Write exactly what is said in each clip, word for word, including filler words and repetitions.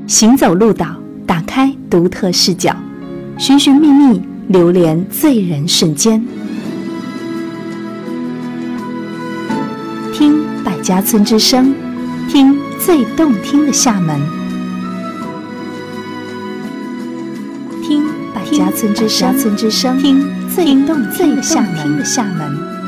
行走鹿岛，打开独特视角，寻寻觅觅，流连醉人瞬间。听百家村之声，听最动听的厦门。听百家村之声，村之声，听最动听的厦门。厦门。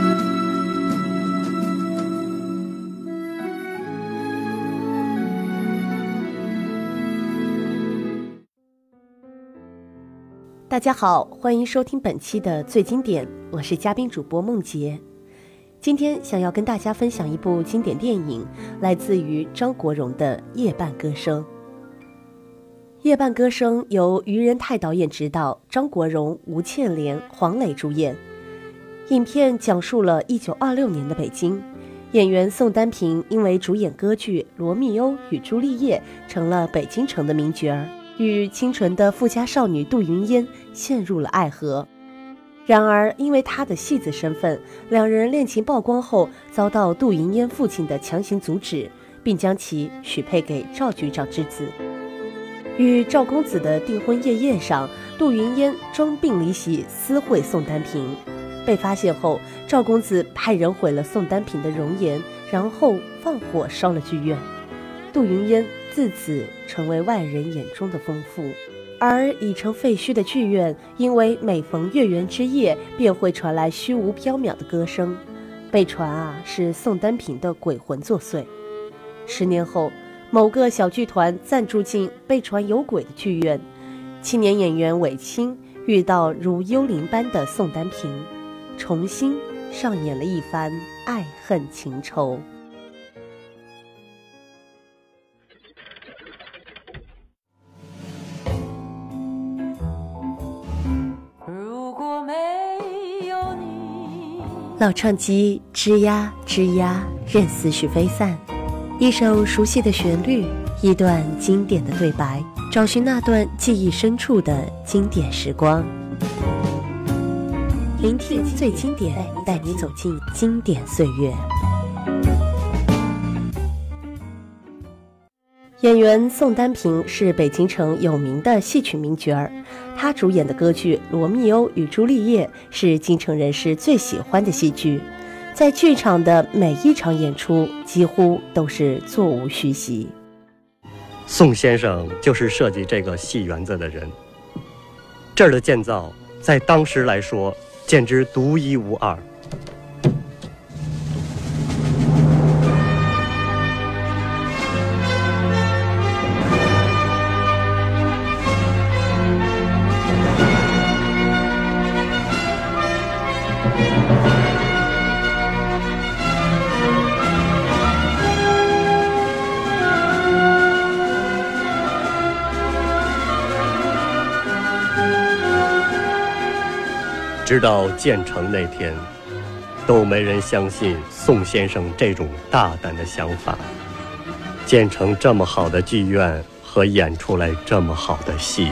大家好，欢迎收听本期的最经典，我是嘉宾主播梦洁。今天想要跟大家分享一部经典电影，来自于张国荣的《夜半歌声》。《夜半歌声》由于仁泰导演执导，张国荣、吴倩莲、黄磊主演。影片讲述了一九二六年的北京，演员宋丹萍因为主演歌剧《罗密欧与朱丽叶》成了北京城的名角儿，与清纯的富家少女杜云烟陷入了爱河。然而因为她的戏子身份，两人恋情曝光后遭到杜云烟父亲的强行阻止，并将其许配给赵局长之子。与赵公子的订婚夜宴上，杜云烟装病离席私会宋丹萍，被发现后，赵公子派人毁了宋丹萍的容颜，然后放火烧了剧院。杜云烟自此成为外人眼中的疯妇，而已成废墟的剧院，因为每逢月圆之夜便会传来虚无缥缈的歌声，被传啊是宋丹萍的鬼魂作祟。十年后，某个小剧团暂住进被传有鬼的剧院，青年演员韦青遇到如幽灵般的宋丹萍，重新上演了一番爱恨情仇。老唱机吱呀吱呀，任思绪飞散，一首熟悉的旋律，一段经典的对白，找寻那段记忆深处的经典时光。聆听最经典，带你走进经典岁月。演员宋丹萍是北京城有名的戏曲名角儿，她主演的歌剧《罗密欧与朱丽叶》是京城人士最喜欢的戏剧，在剧场的每一场演出几乎都是座无虚席。 宋先生就是设计这个戏园子的人，这儿的建造在当时来说简直独一无二。直到建成那天，都没人相信宋先生这种大胆的想法，建成这么好的剧院和演出来这么好的戏。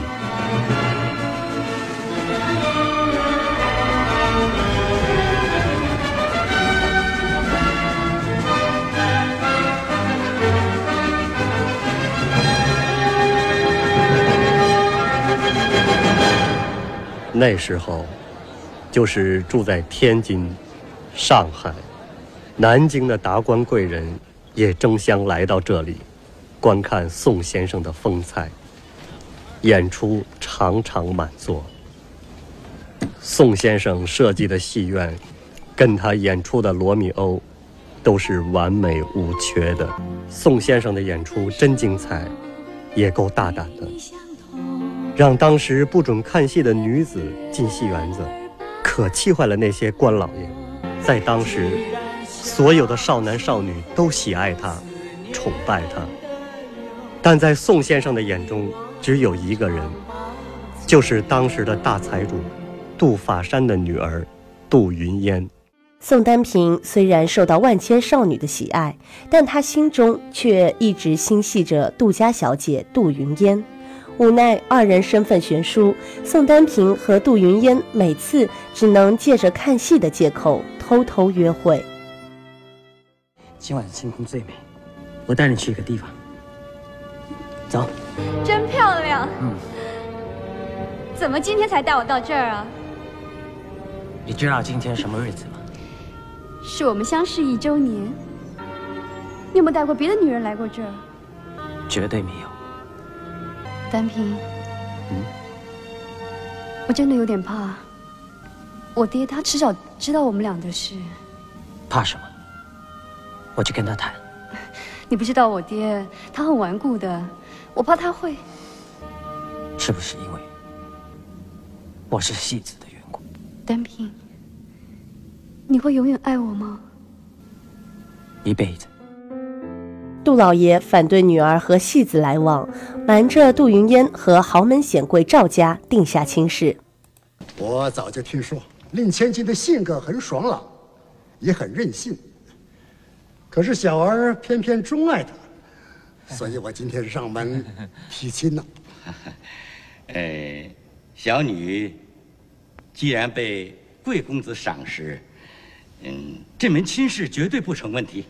那时候就是住在天津、上海、南京的达官贵人也争相来到这里观看宋先生的风采，演出常常满座。宋先生设计的戏院跟他演出的罗密欧都是完美无缺的。宋先生的演出真精彩，也够大胆的，让当时不准看戏的女子进戏园子，可气坏了那些官老爷。在当时，所有的少男少女都喜爱他，崇拜他。但在宋先生的眼中，只有一个人，就是当时的大财主杜法山的女儿杜云烟。 宋丹萍虽然受到万千少女的喜爱，但她心中却一直心系着杜家小姐杜云烟。无奈二人身份悬殊，宋丹萍和杜云烟每次只能借着看戏的借口偷偷约会。 今晚天空最美，我带你去一个地方。 走。 真漂亮。 嗯。 怎么今天才带我到这儿啊？ 你知道今天什么日子吗？ 是我们相识一周年。你有没有带过别的女人来过这儿？ 绝对没有。 丹平。 嗯。 我真的有点怕。我爹他迟早知道我们俩的事。 怕什么？我去跟他谈。 你不知道我爹，他很顽固的，我怕他会。 是不是因为我是戏子的缘故？ 丹平，你会永远爱我吗？ 一辈子。 杜老爷反对女儿和戏子来往，瞒着杜云烟和豪门显贵赵家定下亲事。 我早就听说令千金的性格很爽朗，也很任性。可是小儿偏偏钟爱她，所以我今天上门提亲呢。 呃，小女既然被贵公子赏识，嗯，这门亲事绝对不成问题。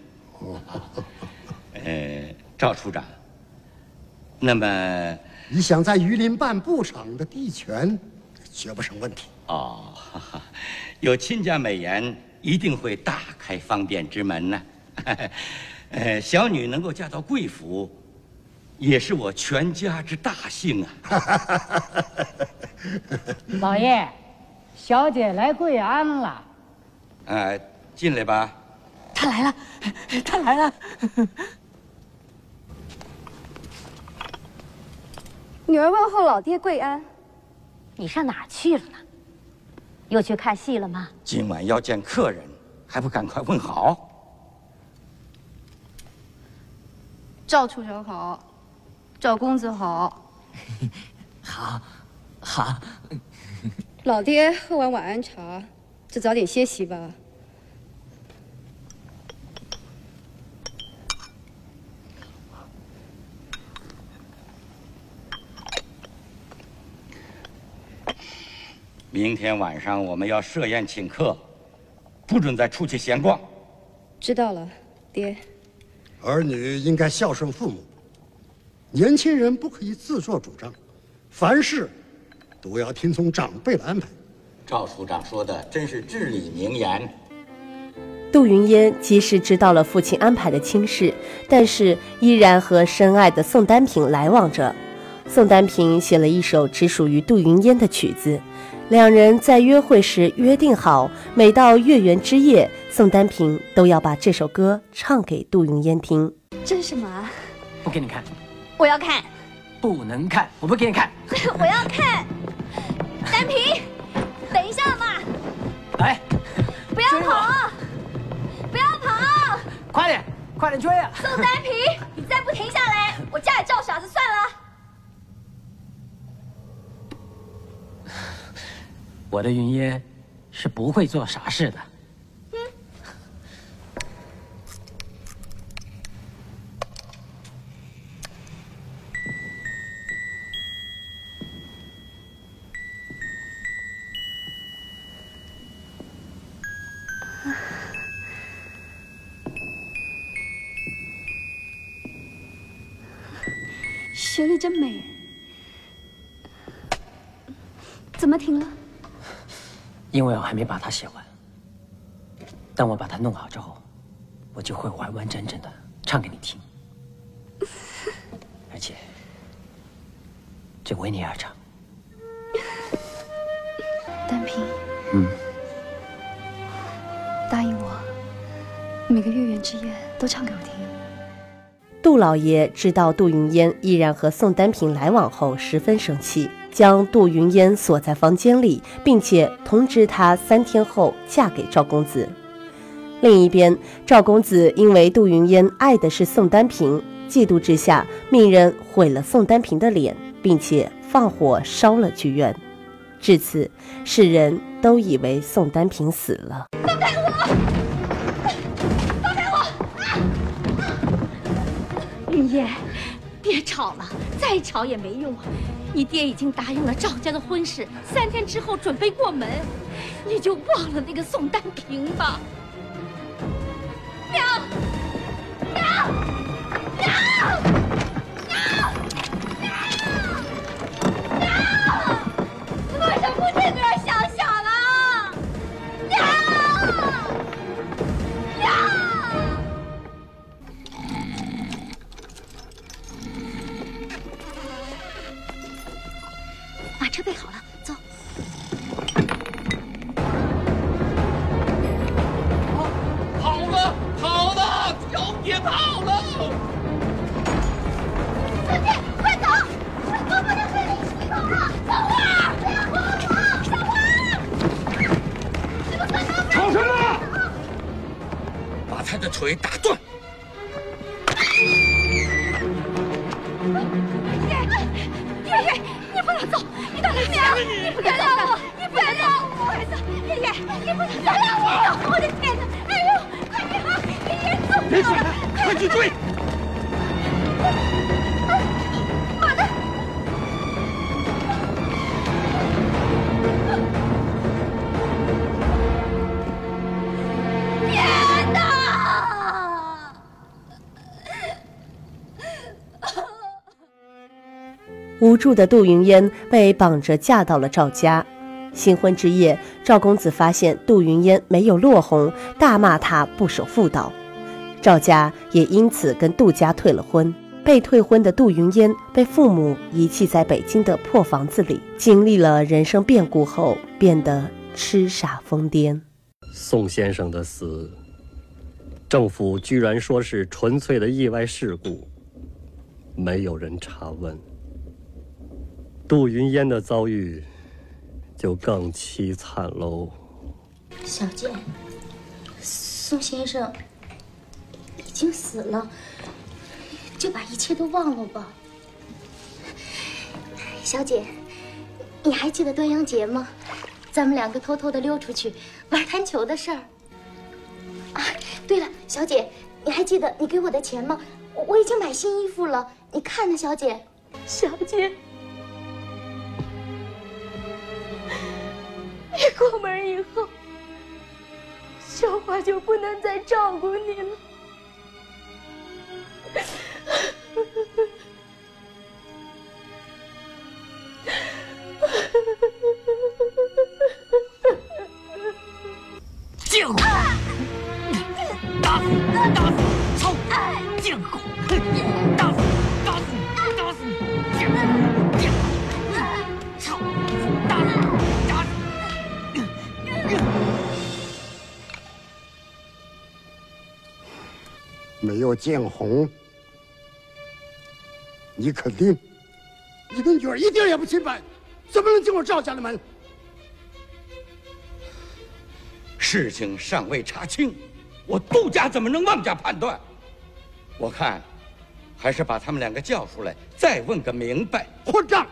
呃，赵处长，那么你想在榆林办布场的地权，绝不成问题。 哦，哈哈，有亲家美言，一定会大开方便之门呢。呃，小女能够嫁到贵府，也是我全家之大幸啊。 老爷，小姐来跪安了。 呃，进来吧。 她来了，她来了。 女儿问候老爹跪安。 你上哪儿去了呢？又去看戏了吗？ 今晚要见客人，还不赶快问好？ 赵处长好，赵公子好。 好，好。 老爹喝完晚安茶，就早点歇息吧。 明天晚上我们要设宴请客，不准再出去闲逛。 知道了，爹。 儿女应该孝顺父母，年轻人不可以自作主张，凡事都要听从长辈的安排。 赵处长说的真是至理名言。 杜云烟即使知道了父亲安排的亲事，但是依然和深爱的宋丹平来往着。宋丹平写了一首只属于杜云烟的曲子，两人在约会时约定好，每到月圆之夜，宋丹平都要把这首歌唱给杜云烟听。 这是什么啊？ 不给你看。 我要看。 不能看，我不给你看。 我要看。丹平，等一下嘛。 来， 不要跑，不要跑， 快点，快点追啊！ 宋丹平，你再不停下来，我嫁给赵傻子算了。 我的云烟是不会做傻事的。 嗯。学得真美。怎么停了？ 因为我还没把它写完。当我把它弄好之后，我就会完完整整的唱给你听，而且只为你而唱。 丹平， 嗯， 答应我，每个月圆之夜都唱给我听。 杜老爷知道杜云烟依然和宋丹平来往后，十分生气，将杜云烟锁在房间里，并且通知她三天后嫁给赵公子。另一边，赵公子因为杜云烟爱的是宋丹平，嫉妒之下命人毁了宋丹平的脸，并且放火烧了剧院。至此，世人都以为宋丹平死了。 放开我！放开我！ 云烟，别吵了，再吵也没用啊！你爹已经答应了赵家的婚事，三天之后准备过门，你就忘了那个宋丹平吧。娘，娘，娘，娘！ 车备好了，走。 跑了，跑了，小姐跑了！ 小姐，快走！我不能跟你一起走了，小花，不要慌我，小花！你们快走！ 吵什么？把他的腿打断！ 爷爷，你不能走，你到哪去啊？你不原谅我，你不原谅我，儿子，爷爷，你不能原谅我！我的天哪！哎呦，快点啊！爷爷走别追了，快去追！ 马呢？天哪！ 无助的杜云烟被绑着嫁到了赵家。新婚之夜，赵公子发现杜云烟没有落红，大骂她不守妇道。赵家也因此跟杜家退了婚。被退婚的杜云烟被父母遗弃在北京的破房子里，经历了人生变故后，变得痴傻疯癫。 宋先生的死，政府居然说是纯粹的意外事故，没有人查问。杜云烟的遭遇就更凄惨喽。 小姐，宋先生已经死了，就把一切都忘了吧。小姐，你还记得端阳节吗？咱们两个偷偷的溜出去玩弹球的事儿。啊，对了，小姐，你还记得你给我的钱吗？我我已经买新衣服了，你看呢，小姐。小姐。你过门以后，小花就不能再照顾你了。 贱货！打死你！打死你！操！贱货！打死你！打死你！打死你！贱货！贱货！操！打死你！打死你！ 没有见红，你肯定，你的女儿一点也不清白，怎么能进我赵家的门？ 事情尚未查清，我杜家怎么能妄加判断？我看，还是把他们两个叫出来，再问个明白。 混账！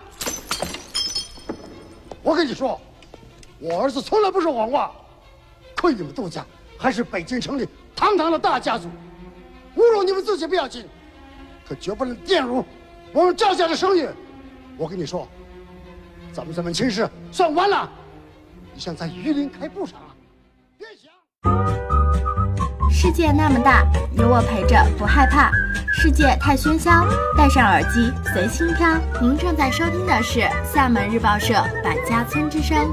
我跟你说，我儿子从来不说谎话。亏你们杜家还是北京城里堂堂的大家族，侮辱你们自己不要紧，可绝不能玷辱我们赵家的声誉。我跟你说，咱们这门亲事算完了，你像在榆林开布厂。别想。 世界那么大，有我陪着不害怕。世界太喧嚣，戴上耳机随心飘。您正在收听的是厦门日报社百家村之声。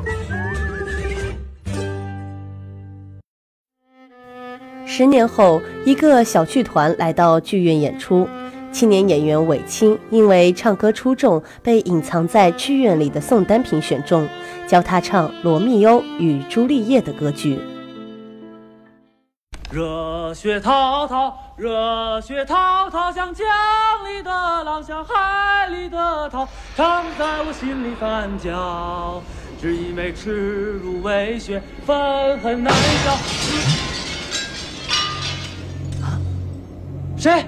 十年后，一个小剧团来到剧院演出。青年演员韦青因为唱歌出众，被隐藏在剧院里的宋丹萍选中，教他唱《罗密欧与朱丽叶》的歌剧。 热血滔滔，热血滔滔，像江里的浪，像海里的涛，常在我心里翻搅，只因为耻辱为血，愤恨难消。啊，谁？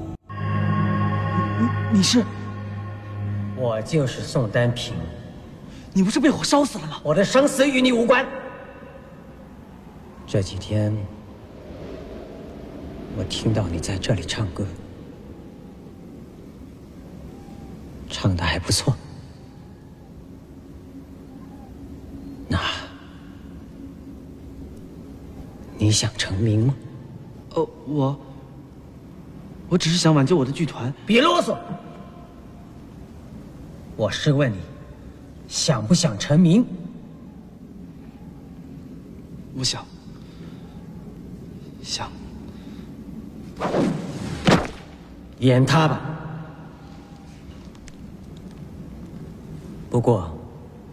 你你是？ 我就是宋丹萍。 你不是被火烧死了吗？ 我的生死与你无关。这几天，我听到你在这里唱歌，唱得还不错。那，你想成名吗？ 哦，我，我只是想挽救我的剧团。 别啰嗦！我是问你，想不想成名？ 我想，想。 演他吧。不过，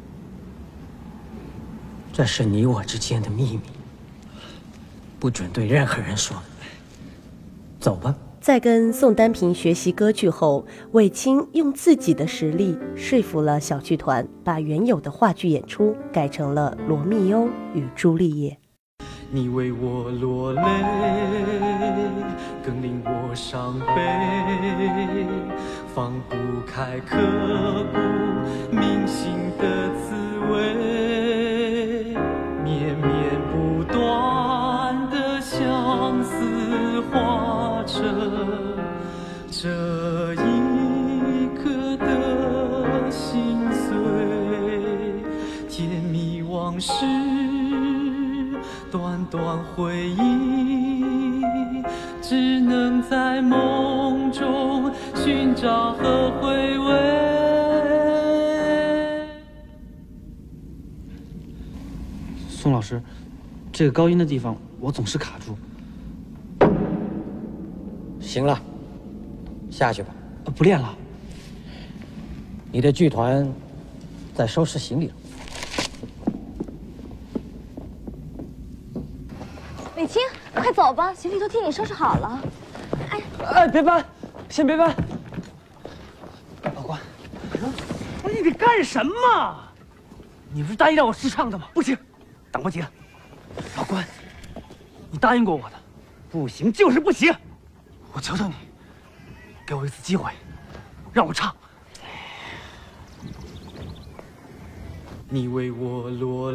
这是你我之间的秘密，不准对任何人说。走吧。 在跟宋丹萍学习歌剧后，韦青用自己的实力说服了小剧团，把原有的话剧演出改成了《罗密欧与朱丽叶》。 你为我落泪，更令我伤悲，放不开刻骨铭心的滋味，绵绵不断的相思化成这一刻的心碎，甜蜜往事，短短回忆，只能在梦中寻找和回味。 宋老师，这个高音的地方我总是卡住。 行了，下去吧。 呃、不练了。 你的剧团在收拾行李了。 伟清，快走吧，行李都替你收拾好了。哎， 哎，别搬，先别搬。 老关， 你得干什么？你不是答应让我试唱的吗？不行，等不及了。老关，你答应过我的，不行就是不行。我求求你，给我一次机会，让我唱。你为我落泪，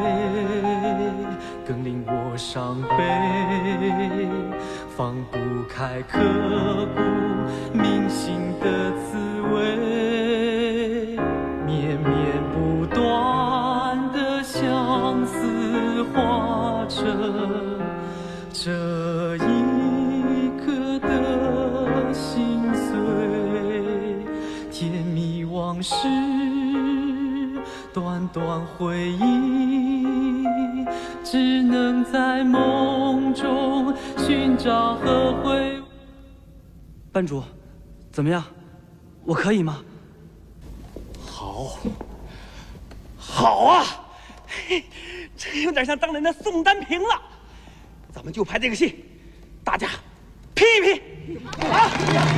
更令我伤悲，放不开刻骨铭心的滋味，绵绵不断的相思化成这一刻的心碎，甜蜜往事，短短回忆，只能在梦中寻找和回。 班主，怎么样？我可以吗？ 好，好啊！嘿，这有点像当年的宋丹萍了。咱们就拍这个戏，大家批一批啊！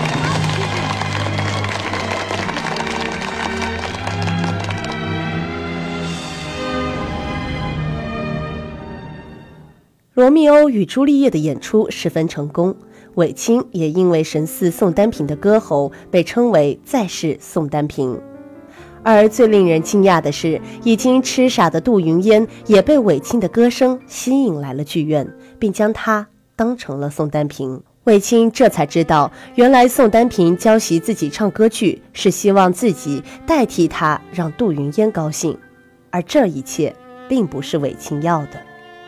《罗密欧与朱丽叶》的演出十分成功，韦青也因为神似宋丹萍的歌喉被称为再世宋丹萍。而最令人惊讶的是，已经痴傻的杜云烟也被韦青的歌声吸引来了剧院，并将她当成了宋丹萍。韦青这才知道，原来宋丹萍教习自己唱歌剧是希望自己代替她让杜云烟高兴，而这一切并不是韦青要的。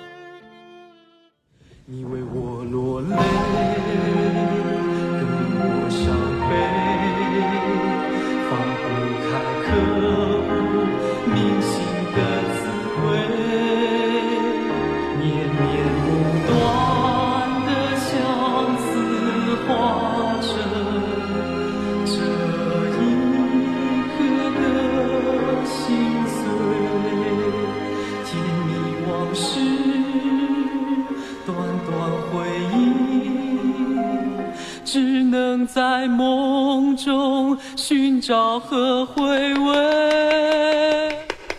你为我落泪，更令我伤悲，放不开刻骨铭心的滋味，绵绵不断的相思化成这一刻的心碎，甜蜜往事，短短回忆，只能在梦中寻找和回味。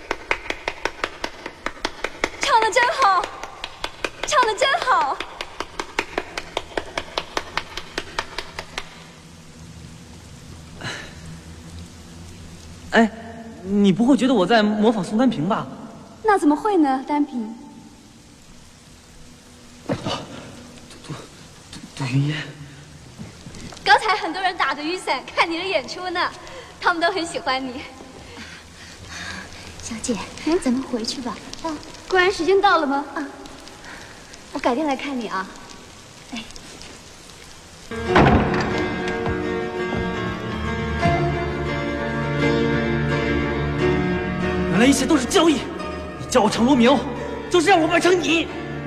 唱得真好，唱得真好。 哎，你不会觉得我在模仿宋丹萍吧？ 那怎么会呢，丹萍？ 杜云烟， 刚才很多人打着雨伞看你的演出呢，他们都很喜欢你。 小姐，嗯，咱们回去吧。 啊，果然时间到了吗？啊，我改天来看你啊。哎。 原来一切都是交易，你叫我唱罗密欧，就是让我扮成你。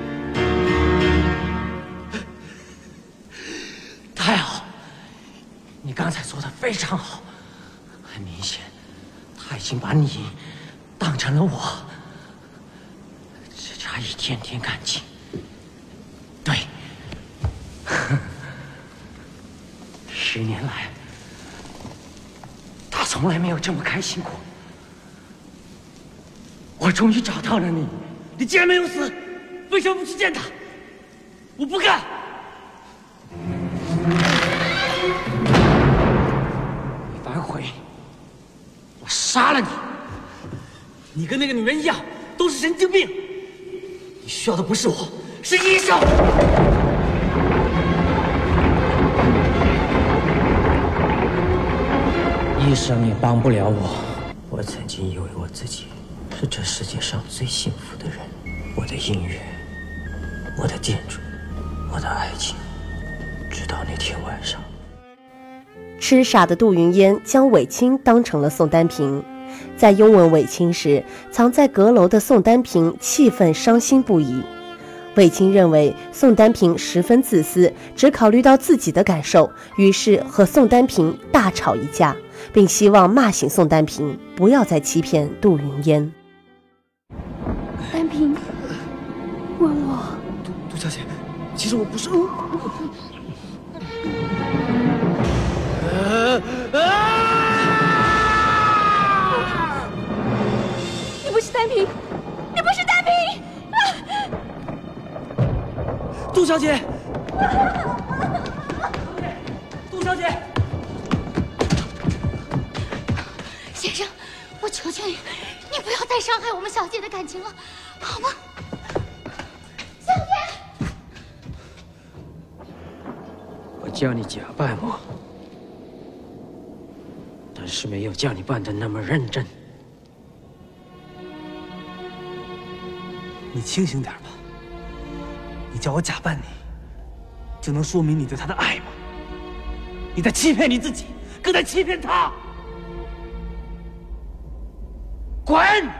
太好，你刚才做的非常好，很明显，他已经把你当成了我。 他一天天看清。对，十年来，他从来没有这么开心过。我终于找到了你， 你既然没有死，为什么不去见他？我不干！ 你反悔，我杀了你！ 你跟那个女人一样，都是神经病。你需要的不是我，是医生。 医生也帮不了我。我曾经以为我自己是这世界上最幸福的人。我的音乐，我的建筑，我的爱情，直到那天晚上。 痴傻的杜云烟将韦青当成了宋丹萍。在拥吻韦青时，藏在阁楼的宋丹萍气愤伤心不已。韦青认为宋丹萍十分自私，只考虑到自己的感受，于是和宋丹萍大吵一架，并希望骂醒宋丹萍，不要再欺骗杜云烟。 丹萍问我， 杜杜小姐，其实我不是。 呃啊你不是丹萍，你不是丹萍！啊、 杜小姐，杜小姐， 先生，我求求你，你不要再伤害我们小姐的感情了，好吗？小姐， 我叫你假扮我，但是没有叫你扮得那么认真。 你清醒点吧！你叫我假扮你，就能说明你对他的爱吗？你在欺骗你自己，更在欺骗他！滚！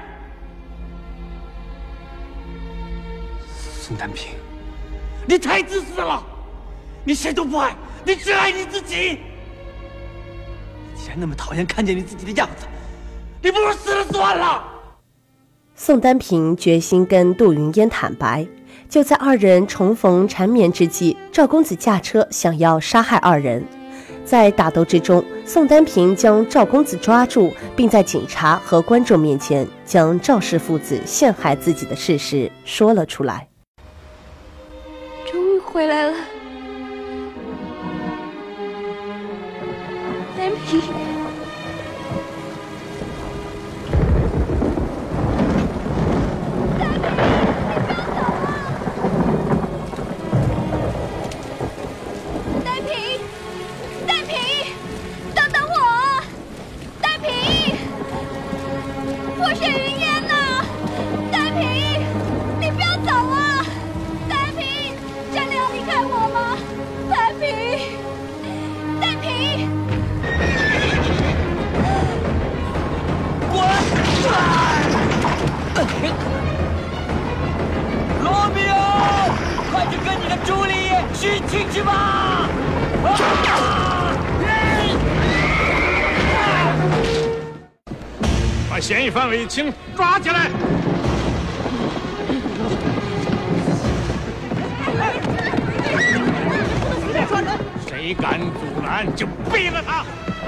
宋丹萍，你太自私了！你谁都不爱，你只爱你自己！你既然那么讨厌看见你自己的样子，你不如死了算了！ 宋丹萍决心跟杜云烟坦白。就在二人重逢缠绵之际，赵公子驾车想要杀害二人。在打斗之中，宋丹萍将赵公子抓住，并在警察和观众面前将赵氏父子陷害自己的事实说了出来。 终于回来了，丹萍。 罗密欧，快去跟你的朱丽叶殉情去吧！啊！ 把嫌疑犯韦青抓起来！谁敢阻拦，就毙了他！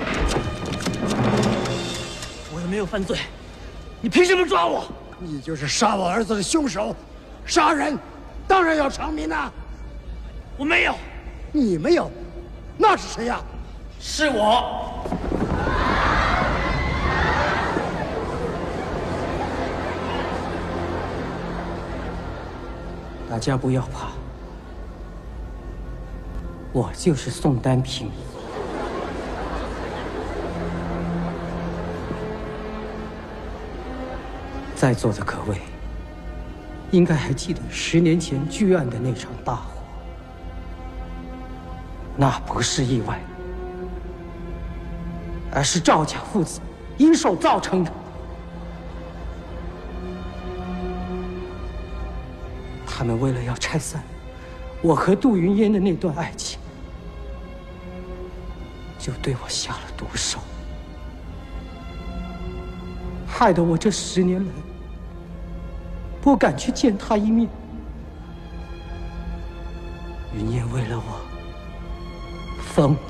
我又没有犯罪，你凭什么抓我？ 你就是杀我儿子的凶手，杀人当然要偿命啊！ 我没有， 你没有，那是谁呀？ 是我。 大家不要怕，我就是宋丹萍。在座的各位，应该还记得十年前巨案的那场大火。那不是意外，而是赵家父子因手造成的。他们为了要拆散我和杜云烟的那段爱情，就对我下了毒手，害得我这十年来不敢去见他一面。云烟为了我疯了。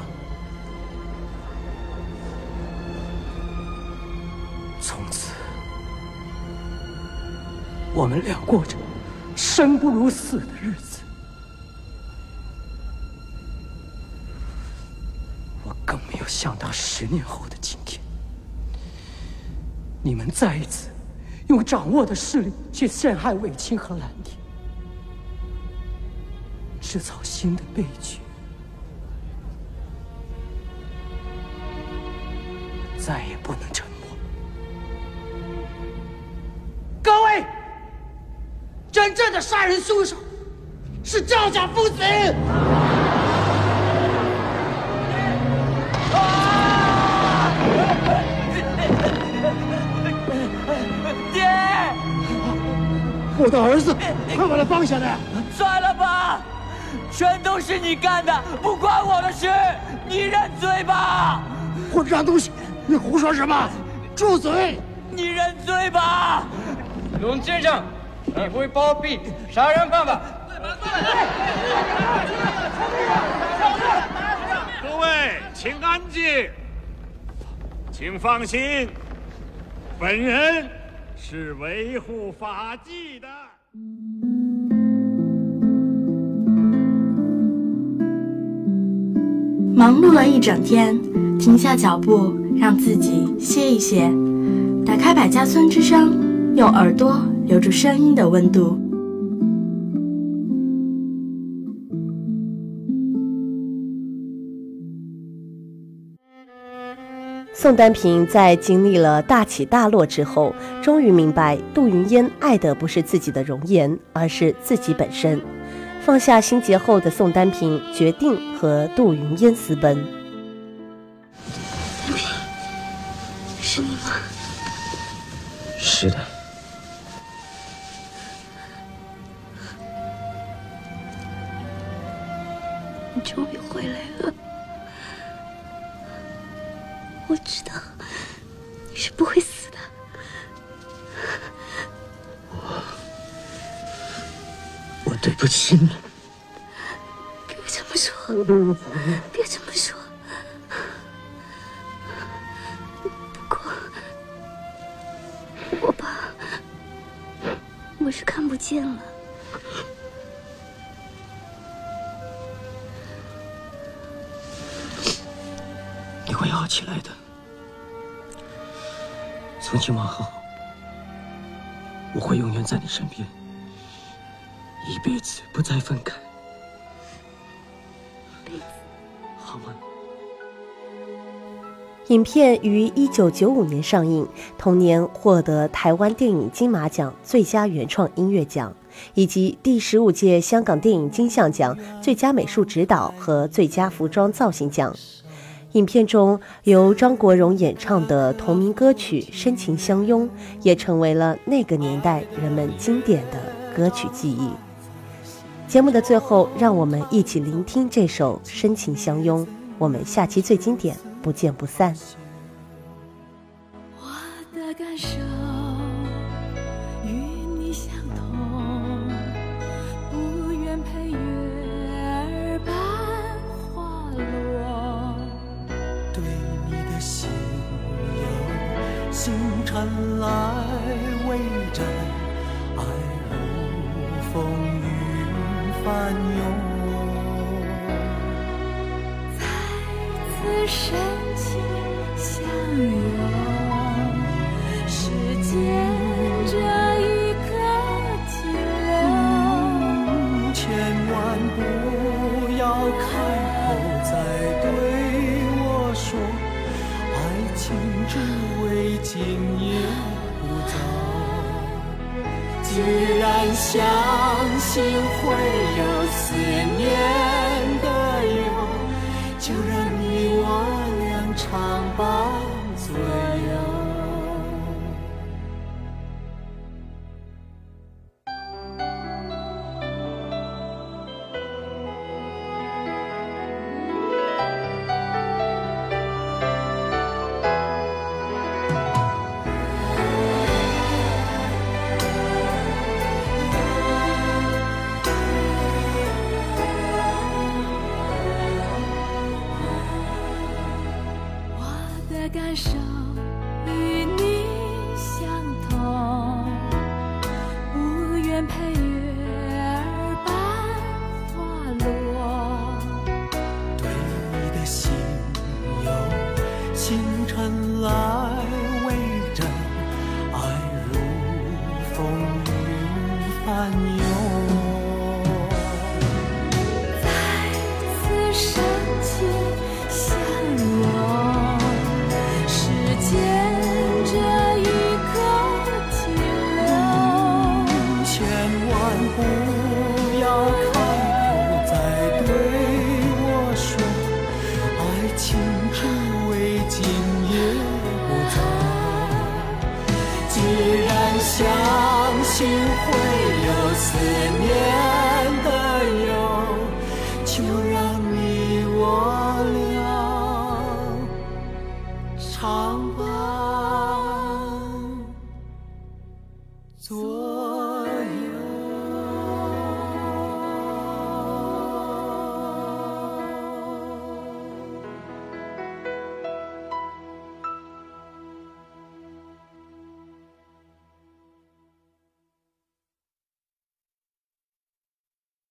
从此，我们俩过着生不如死的日子。我更没有想到十年后的今天，你们再一次用掌握的势力去陷害卫青和蓝田，制造新的悲剧。再也不能沉默。各位，真正的杀人凶手是赵家父子。 爹， 我的儿子，快把他放下来！ 算了吧，全都是你干的，不关我的事，你认罪吧。 混账东西，你胡说什么？住嘴！ 你认罪吧。 龙先生，你会包庇杀人犯吧？ 各位，请安静，请放心，本人是维护法纪的。 忙碌了一整天，停下脚步，让自己歇一歇。打开百家村之声，用耳朵留住声音的温度。 宋丹萍在经历了大起大落之后，终于明白杜云烟爱的不是自己的容颜，而是自己本身。放下心结后的宋丹萍决定和杜云烟私奔。 丹萍，是你吗？ 是的。 你终于回来了。我知道你是不会死的。 我我对不起你。 别这么说， 我对不起你。 别这么说。不过我怕我是看不见了。 你会好起来的。从今往后，我会永远在你身边，一辈子不再分开，好吗？ 影片于一九九五年上映，同年获得台湾电影金马奖最佳原创音乐奖，以及第十五届香港电影金像奖最佳美术指导和最佳服装造型奖。影片中由张国荣演唱的同名歌曲《深情相拥》也成为了那个年代人们经典的歌曲记忆。节目的最后，让我们一起聆听这首《深情相拥》。我们下期最经典不见不散。 我的感受与你相同，不愿陪月儿般滑落， 对你的心有星辰来围着，爱如风云翻涌， 深情相拥，时间这一刻停留， 千万不要开口再对我说，爱情只为今夜不走。既然相信会有思念的忧，就让你我俩常伴左右。 的感受与你相同，无缘配月儿般滑落。 对你的心有星辰来围着，爱如风云翻涌。 再次深情相拥，时间这一刻停留。 千万不要开口再对我说，爱情只为今夜不走。既然相信会有思念的忧，就让你我